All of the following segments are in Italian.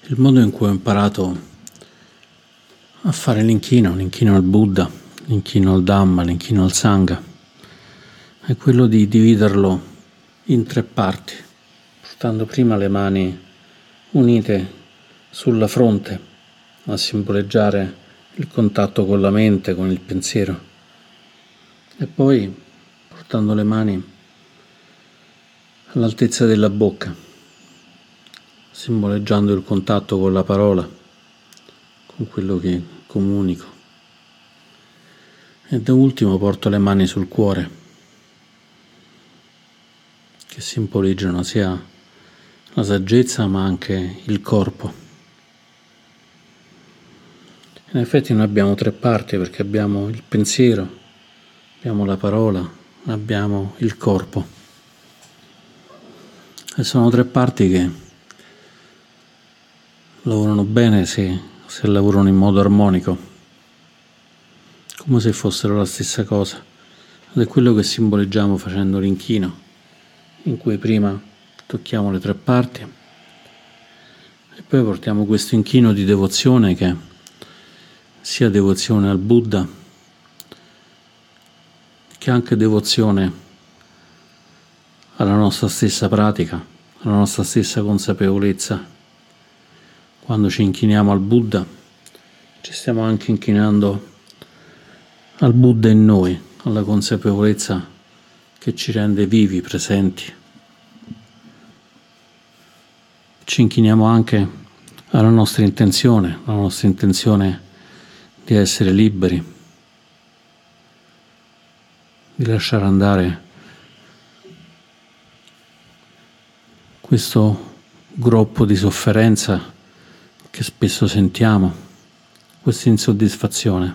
Il modo in cui ho imparato a fare l'inchino al Buddha, l'inchino al Dhamma, l'inchino al Sangha, è quello di dividerlo in 3 parti, portando prima le mani unite sulla fronte a simboleggiare il contatto con la mente, con il pensiero, e poi portando le mani all'altezza della bocca, simboleggiando il contatto con la parola, con quello che comunico. E da ultimo porto le mani sul cuore, che simboleggiano sia la saggezza ma anche il corpo. In effetti noi abbiamo 3 parti, perché abbiamo il pensiero, abbiamo la parola, abbiamo il corpo. E sono 3 parti che lavorano bene se lavorano in modo armonico, come se fossero la stessa cosa. Ed è quello che simboleggiamo facendo l'inchino, in cui prima tocchiamo le 3 parti e poi portiamo questo inchino di devozione, che sia devozione al Buddha che anche devozione alla nostra stessa pratica, alla nostra stessa consapevolezza. Quando ci inchiniamo al Buddha, ci stiamo anche inchinando al Buddha in noi, alla consapevolezza che ci rende vivi, presenti. Ci inchiniamo anche alla nostra intenzione di essere liberi, di lasciare andare questo groppo di sofferenza che spesso sentiamo, questa insoddisfazione.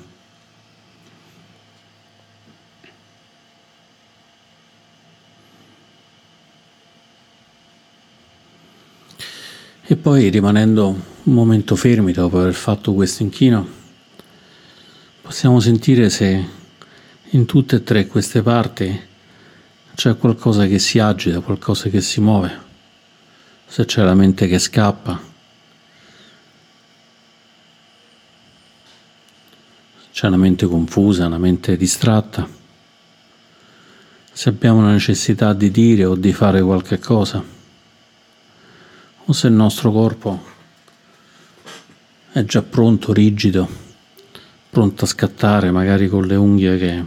E poi, rimanendo un momento fermi dopo aver fatto questo inchino, possiamo sentire se in tutte e 3 queste parti c'è qualcosa che si agita, qualcosa che si muove, se c'è la mente che scappa, c'è una mente confusa, una mente distratta, se abbiamo la necessità di dire o di fare qualche cosa, o se il nostro corpo è già pronto, rigido, pronto a scattare, magari con le unghie che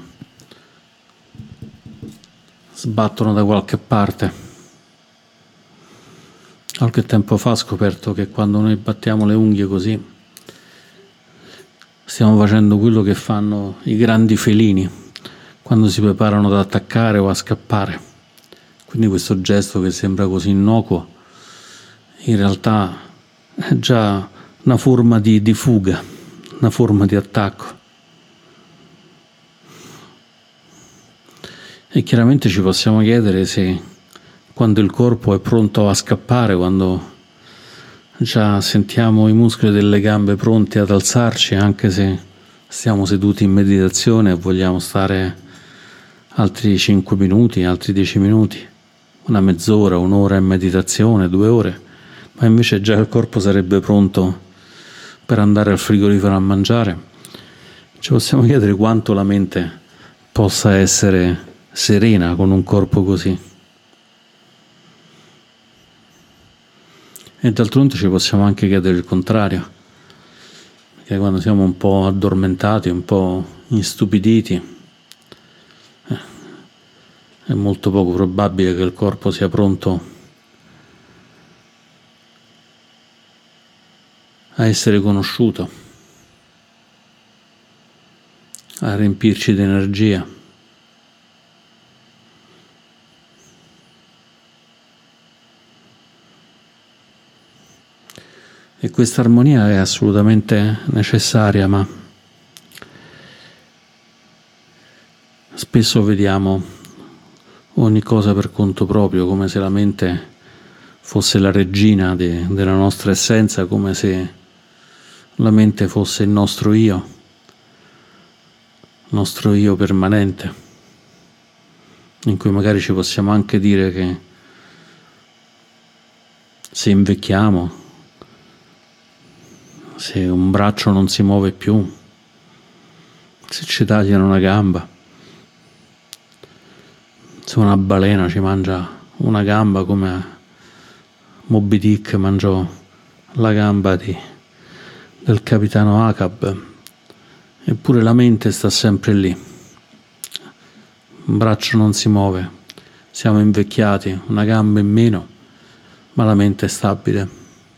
sbattono da qualche parte. Qualche tempo fa ho scoperto che quando noi battiamo le unghie così stiamo facendo quello che fanno i grandi felini quando si preparano ad attaccare o a scappare. Quindi questo gesto, che sembra così innocuo, in realtà è già una forma di fuga, una forma di attacco. E chiaramente ci possiamo chiedere se, quando il corpo è pronto a scappare, quando già sentiamo i muscoli delle gambe pronti ad alzarci, anche se stiamo seduti in meditazione e vogliamo stare altri 5 minuti, altri 10 minuti, una mezz'ora, un'ora in meditazione, 2 ore, ma invece già il corpo sarebbe pronto per andare al frigorifero a mangiare. Ci possiamo chiedere quanto la mente possa essere serena con un corpo così. E d'altronde ci possiamo anche chiedere il contrario, perché quando siamo un po' addormentati, un po' instupiditi, è molto poco probabile che il corpo sia pronto a essere conosciuto, a riempirci di energia. E questa armonia è assolutamente necessaria, ma spesso vediamo ogni cosa per conto proprio, come se la mente fosse la regina della nostra essenza, come se la mente fosse il nostro io permanente, in cui magari ci possiamo anche dire che se invecchiamo se un braccio non si muove più, se ci tagliano una gamba, se una balena ci mangia una gamba come Moby Dick mangiò la gamba del capitano Ahab. Eppure la mente sta sempre lì, un braccio non si muove, siamo invecchiati, una gamba in meno, ma la mente è stabile.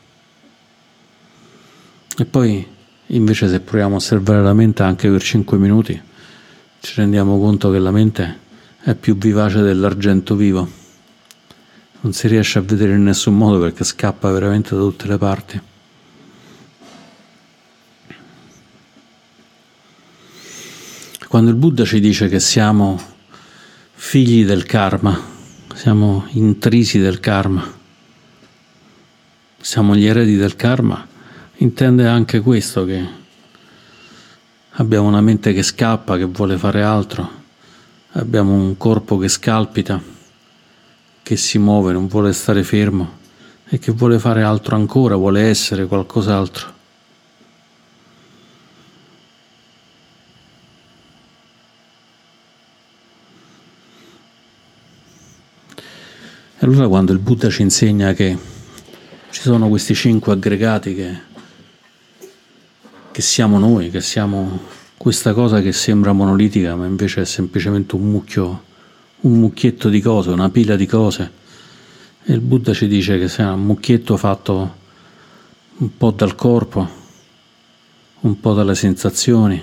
E poi invece se proviamo a osservare la mente anche per 5 minuti ci rendiamo conto che la mente è più vivace dell'argento vivo, non si riesce a vedere in nessun modo perché scappa veramente da tutte le parti. Quando il Buddha ci dice che siamo figli del karma, siamo intrisi del karma, siamo gli eredi del karma, intende anche questo, che abbiamo una mente che scappa, che vuole fare altro, abbiamo un corpo che scalpita, che si muove, non vuole stare fermo e che vuole fare altro ancora, vuole essere qualcos'altro. E allora quando il Buddha ci insegna che ci sono questi 5 aggregati che siamo noi, che siamo questa cosa che sembra monolitica ma invece è semplicemente un mucchietto di cose, una pila di cose, e il Buddha ci dice che sia un mucchietto fatto un po' dal corpo, un po' dalle sensazioni,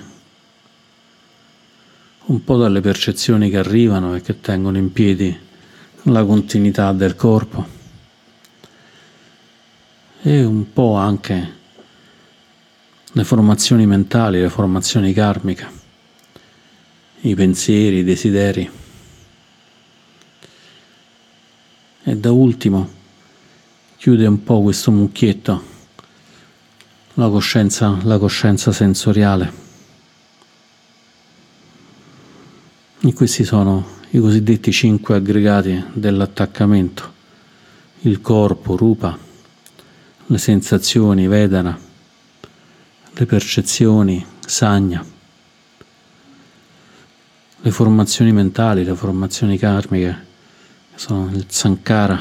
un po' dalle percezioni che arrivano e che tengono in piedi la continuità del corpo, e un po' anche le formazioni mentali, le formazioni karmiche, i pensieri, i desideri. E da ultimo chiude un po' questo mucchietto la coscienza sensoriale. E questi sono i cosiddetti 5 aggregati dell'attaccamento: il corpo, rupa, le sensazioni, vedana, le percezioni, sanya, le formazioni mentali, le formazioni karmiche, che sono il sankhara,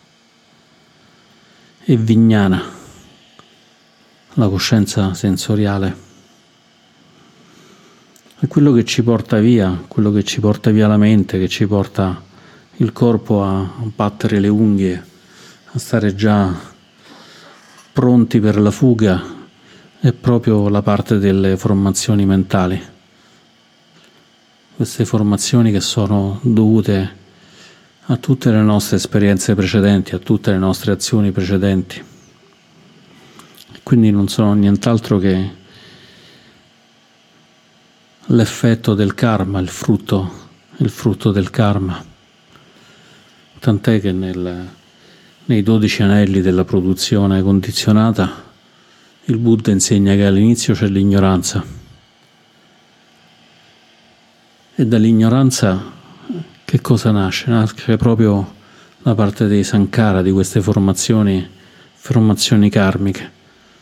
e vijnana, la coscienza sensoriale. È quello che ci porta via la mente, che ci porta il corpo a battere le unghie, a stare già pronti per la fuga, è proprio la parte delle formazioni mentali. Queste formazioni che sono dovute a tutte le nostre esperienze precedenti, a tutte le nostre azioni precedenti. Quindi non sono nient'altro che l'effetto del karma, il frutto del karma. Tant'è che nei 12 anelli della produzione condizionata il Buddha insegna che all'inizio c'è l'ignoranza, e dall'ignoranza che cosa nasce? Nasce proprio la parte dei sankhara, di queste formazioni karmiche,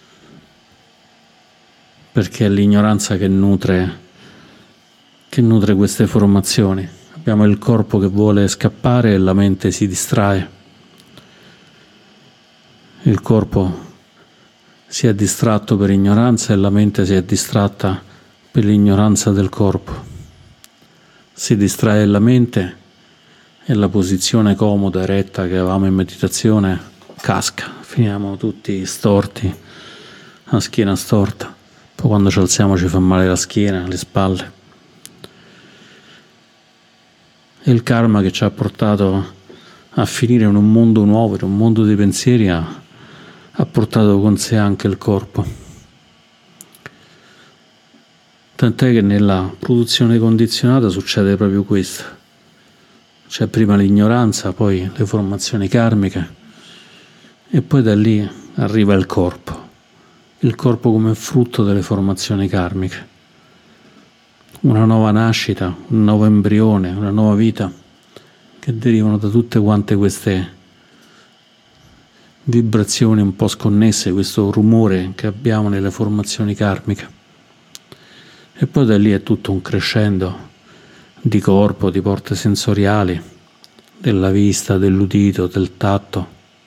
perché è l'ignoranza che nutre queste formazioni. Abbiamo il corpo che vuole scappare e la mente si distrae. Il corpo si è distratto per ignoranza e la mente si è distratta per l'ignoranza del corpo. Si distrae la mente e la posizione comoda, eretta che avevamo in meditazione casca, finiamo tutti storti, la schiena storta. Poi quando ci alziamo ci fa male la schiena, le spalle. E il karma che ci ha portato a finire in un mondo nuovo, in un mondo dei pensieri, ha portato con sé anche il corpo. Tant'è che nella produzione condizionata succede proprio questo. C'è prima l'ignoranza, poi le formazioni karmiche, e poi da lì arriva il corpo come frutto delle formazioni karmiche. Una nuova nascita, un nuovo embrione, una nuova vita, che derivano da tutte quante queste vibrazioni un po' sconnesse, questo rumore che abbiamo nelle formazioni karmiche. E poi da lì è tutto un crescendo di corpo, di porte sensoriali, della vista, dell'udito, del tatto,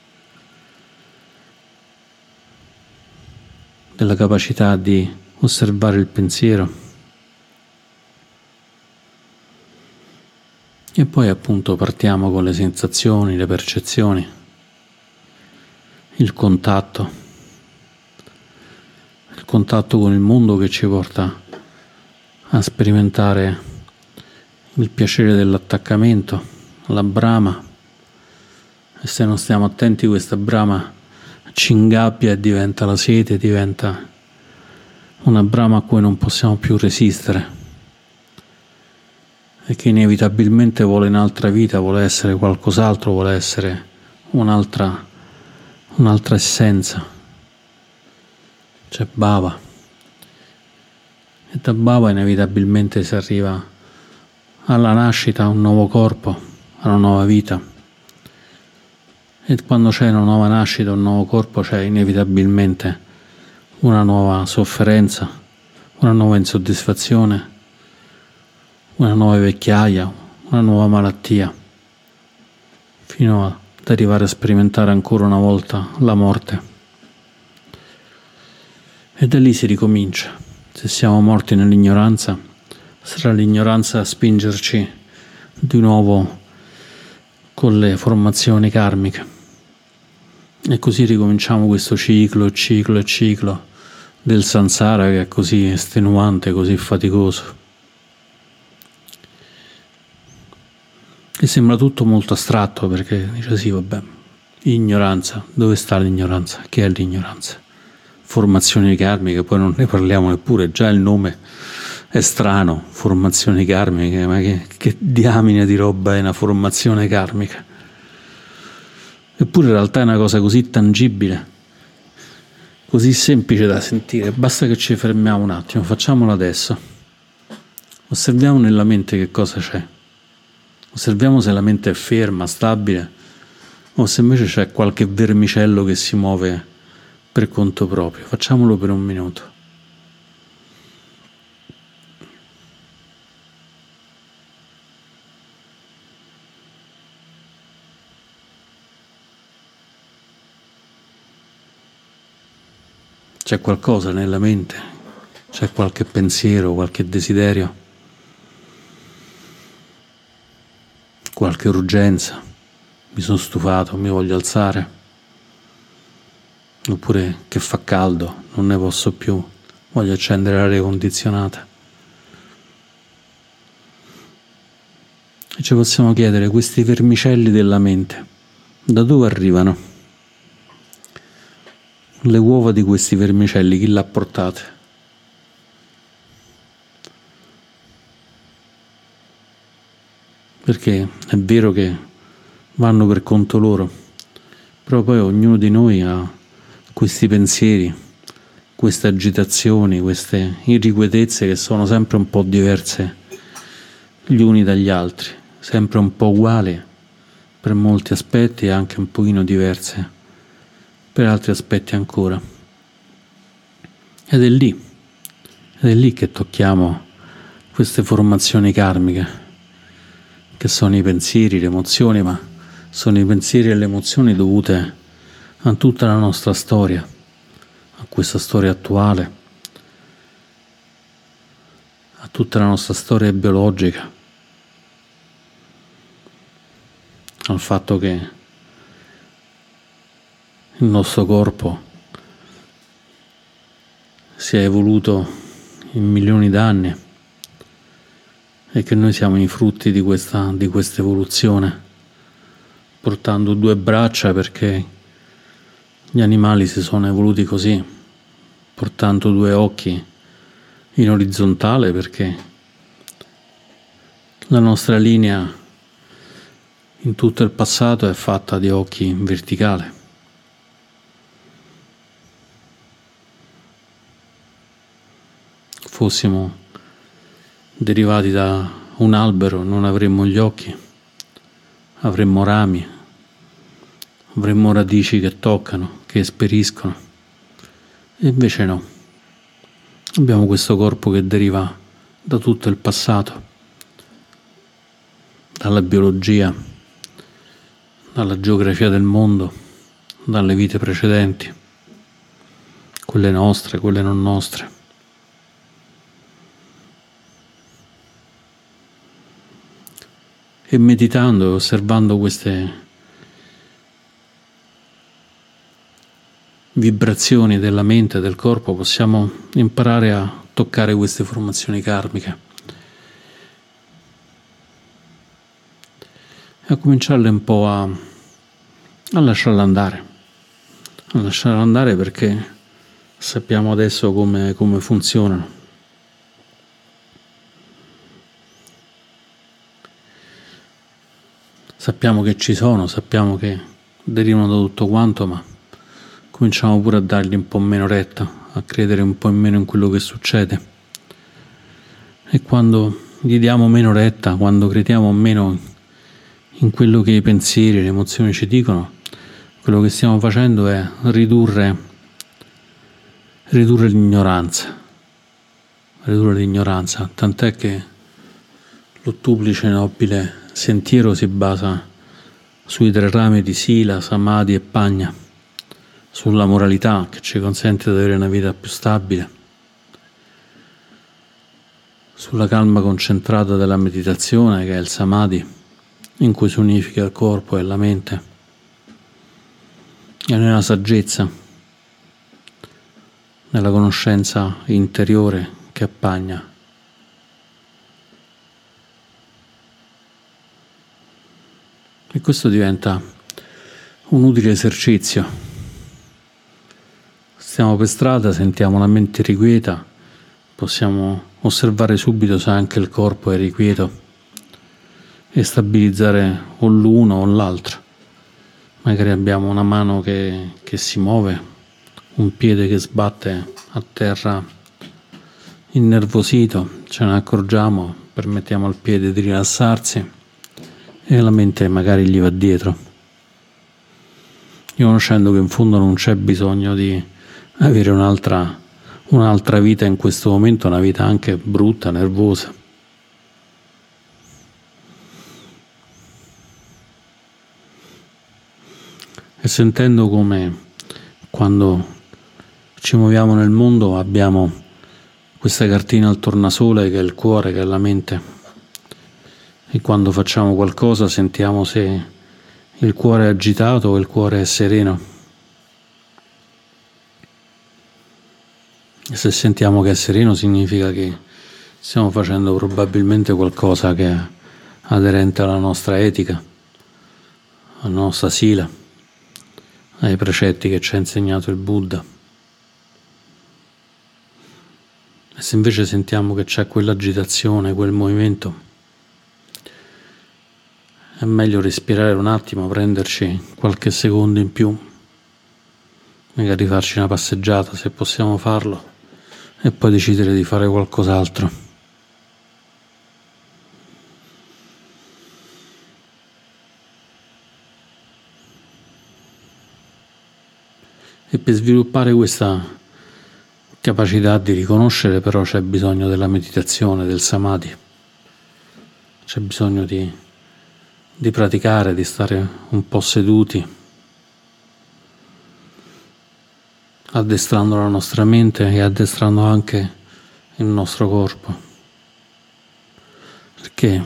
della capacità di osservare il pensiero. E poi appunto partiamo con le sensazioni, le percezioni, il contatto con il mondo che ci porta a sperimentare il piacere dell'attaccamento, la brama, e se non stiamo attenti questa brama ci ingabbia e diventa la sete, diventa una brama a cui non possiamo più resistere e che inevitabilmente vuole un'altra vita, vuole essere qualcos'altro, vuole essere un'altra essenza. C'è Bhava, e da Bhava inevitabilmente si arriva alla nascita, a un nuovo corpo, a una nuova vita. E quando c'è una nuova nascita, un nuovo corpo, c'è inevitabilmente una nuova sofferenza, una nuova insoddisfazione, una nuova vecchiaia, una nuova malattia, fino ad arrivare a sperimentare ancora una volta la morte. E da lì si ricomincia. Se siamo morti nell'ignoranza, sarà l'ignoranza a spingerci di nuovo con le formazioni karmiche. E così ricominciamo questo ciclo del samsara, che è così estenuante, così faticoso. E sembra tutto molto astratto, perché dice sì, vabbè, ignoranza, dove sta l'ignoranza? Che è l'ignoranza? Formazioni karmiche, poi non ne parliamo neppure, già il nome è strano, formazioni karmiche, ma che diamine di roba è una formazione karmica? Eppure in realtà è una cosa così tangibile, così semplice da sentire, basta che ci fermiamo un attimo, facciamolo adesso. Osserviamo nella mente che cosa c'è. Osserviamo se la mente è ferma, stabile, o se invece c'è qualche vermicello che si muove per conto proprio. Facciamolo per un minuto. C'è qualcosa nella mente? C'è qualche pensiero, qualche desiderio? Qualche urgenza? Mi sono stufato, mi voglio alzare? Oppure che fa caldo, non ne posso più, voglio accendere l'aria condizionata? E ci possiamo chiedere, questi vermicelli della mente, da dove arrivano? Le uova di questi vermicelli, chi l'ha portate? Perché è vero che vanno per conto loro, però poi ognuno di noi ha questi pensieri, queste agitazioni, queste irrequietezze che sono sempre un po' diverse gli uni dagli altri, sempre un po' uguali per molti aspetti e anche un pochino diverse per altri aspetti ancora. Ed è lì che tocchiamo queste formazioni karmiche, che sono i pensieri, le emozioni, ma sono i pensieri e le emozioni dovute a tutta la nostra storia, a questa storia attuale, a tutta la nostra storia biologica, al fatto che il nostro corpo si è evoluto in milioni d'anni e che noi siamo i frutti di questa evoluzione, portando due braccia perché gli animali si sono evoluti così, portando due occhi in orizzontale perché la nostra linea in tutto il passato è fatta di occhi in verticale. Fossimo derivati da un albero non avremmo gli occhi, avremmo rami, avremmo radici che toccano, che esperiscono, e invece no. Abbiamo questo corpo che deriva da tutto il passato, dalla biologia, dalla geografia del mondo, dalle vite precedenti, quelle nostre, quelle non nostre. E meditando e osservando queste vibrazioni della mente e del corpo possiamo imparare a toccare queste formazioni karmiche e a cominciarle un po' a lasciarle andare perché sappiamo adesso come funzionano. Sappiamo che ci sono, sappiamo che derivano da tutto quanto, ma cominciamo pure a dargli un po' meno retta, a credere un po' in meno in quello che succede. E quando gli diamo meno retta, quando crediamo meno in quello che i pensieri e le emozioni ci dicono, quello che stiamo facendo è ridurre l'ignoranza, tant'è che l'ottuplice nobile sentiero si basa sui 3 rami di Sila, Samadhi e Pagna, sulla moralità che ci consente di avere una vita più stabile, sulla calma concentrata della meditazione che è il Samadhi, in cui si unifica il corpo e la mente, e nella saggezza, nella conoscenza interiore che è Pagna. E questo diventa un utile esercizio. Stiamo per strada, sentiamo la mente irrequieta, possiamo osservare subito se anche il corpo è irrequieto e stabilizzare o l'uno o l'altro. Magari abbiamo una mano che si muove, un piede che sbatte a terra innervosito, ce ne accorgiamo, permettiamo al piede di rilassarsi e la mente magari gli va dietro, riconoscendo che in fondo non c'è bisogno di avere un'altra vita in questo momento, una vita anche brutta, nervosa. E sentendo come quando ci muoviamo nel mondo abbiamo questa cartina al tornasole che è il cuore, che è la mente, e quando facciamo qualcosa sentiamo se il cuore è agitato o il cuore è sereno. E se sentiamo che è sereno significa che stiamo facendo probabilmente qualcosa che è aderente alla nostra etica, alla nostra sila, ai precetti che ci ha insegnato il Buddha. E se invece sentiamo che c'è quell'agitazione, quel movimento, è meglio respirare un attimo, prenderci qualche secondo in più, magari farci una passeggiata se possiamo farlo, e poi decidere di fare qualcos'altro. E per sviluppare questa capacità di riconoscere però c'è bisogno della meditazione, del samadhi, c'è bisogno di praticare, di stare un po' seduti, addestrando la nostra mente e addestrando anche il nostro corpo, perché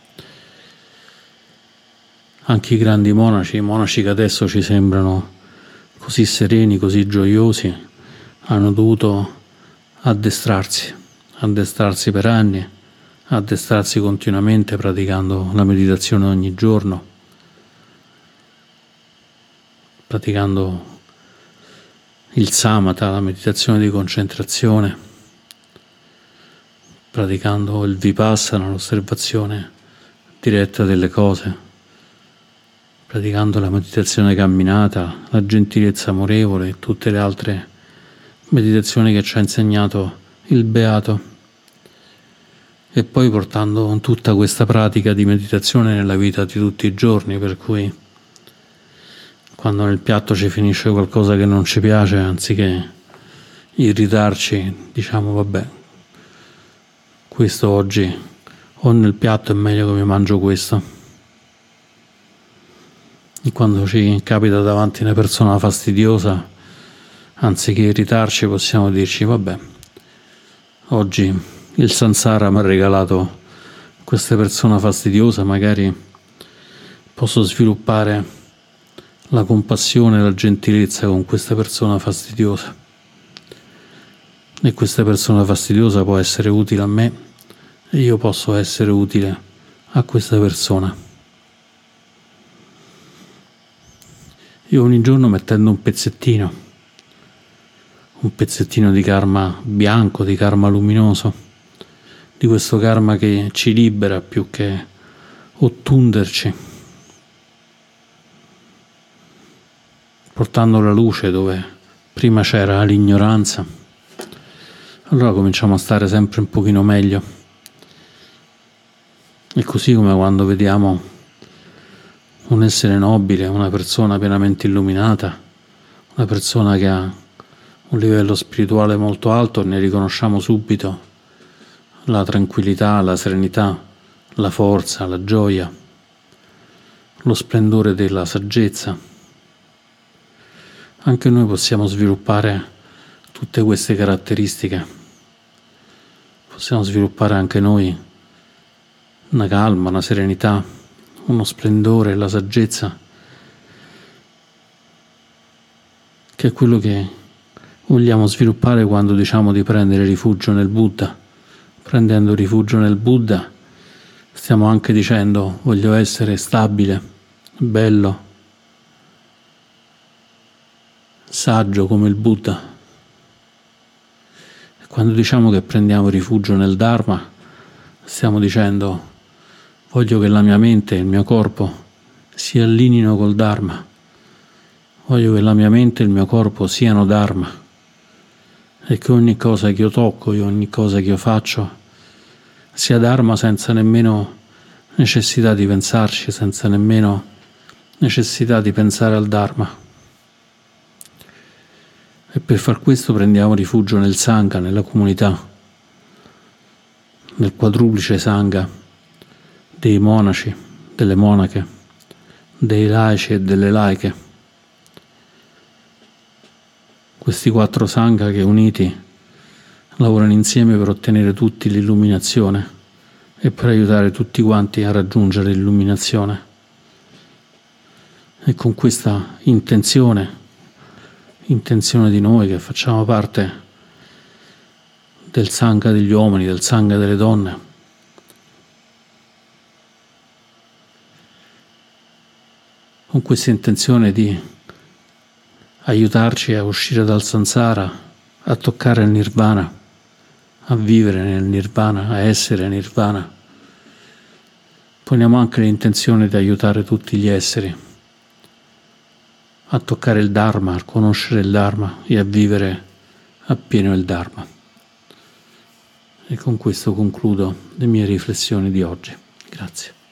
anche i grandi monaci, i monaci che adesso ci sembrano così sereni, così gioiosi, hanno dovuto addestrarsi per anni, addestrarsi continuamente praticando la meditazione ogni giorno, praticando il samatha, la meditazione di concentrazione, praticando il vipassana, l'osservazione diretta delle cose, praticando la meditazione camminata, la gentilezza amorevole e tutte le altre meditazioni che ci ha insegnato il Beato, e poi portando tutta questa pratica di meditazione nella vita di tutti i giorni, per cui quando nel piatto ci finisce qualcosa che non ci piace, anziché irritarci, diciamo vabbè, questo oggi o nel piatto è meglio che mi mangio questo. E quando ci capita davanti una persona fastidiosa, anziché irritarci, possiamo dirci vabbè, oggi il Sansara mi ha regalato questa persona fastidiosa, magari posso sviluppare la compassione e la gentilezza con questa persona fastidiosa, e questa persona fastidiosa può essere utile a me e io posso essere utile a questa persona. Io ogni giorno mettendo un pezzettino di karma bianco, di karma luminoso, di questo karma che ci libera più che ottunderci, portando la luce dove prima c'era l'ignoranza, allora cominciamo a stare sempre un pochino meglio. E così come quando vediamo un essere nobile, una persona pienamente illuminata, una persona che ha un livello spirituale molto alto, ne riconosciamo subito la tranquillità, la serenità, la forza, la gioia, lo splendore della saggezza. Anche noi possiamo sviluppare tutte queste caratteristiche, possiamo sviluppare anche noi una calma, una serenità, uno splendore, la saggezza, che è quello che vogliamo sviluppare quando diciamo di prendere rifugio nel Buddha. Prendendo rifugio nel Buddha stiamo anche dicendo voglio essere stabile, bello, saggio come il Buddha. E quando diciamo che prendiamo rifugio nel Dharma stiamo dicendo voglio che la mia mente e il mio corpo si allineino col Dharma, voglio che la mia mente e il mio corpo siano Dharma, e che ogni cosa che io tocco e ogni cosa che io faccio sia Dharma senza nemmeno necessità di pensarci, senza nemmeno necessità di pensare al Dharma. E per far questo prendiamo rifugio nel Sangha, nella comunità, nel quadruplice Sangha dei monaci, delle monache, dei laici e delle laiche. Questi 4 Sangha che uniti lavorano insieme per ottenere tutti l'illuminazione e per aiutare tutti quanti a raggiungere l'illuminazione. E con questa intenzione di noi che facciamo parte del Sangha degli uomini, del Sangha delle donne, con questa intenzione di aiutarci a uscire dal Sansara, a toccare il Nirvana, a vivere nel Nirvana, a essere Nirvana. Poniamo anche l'intenzione di aiutare tutti gli esseri a toccare il Dharma, a conoscere il Dharma e a vivere appieno il Dharma. E con questo concludo le mie riflessioni di oggi. Grazie.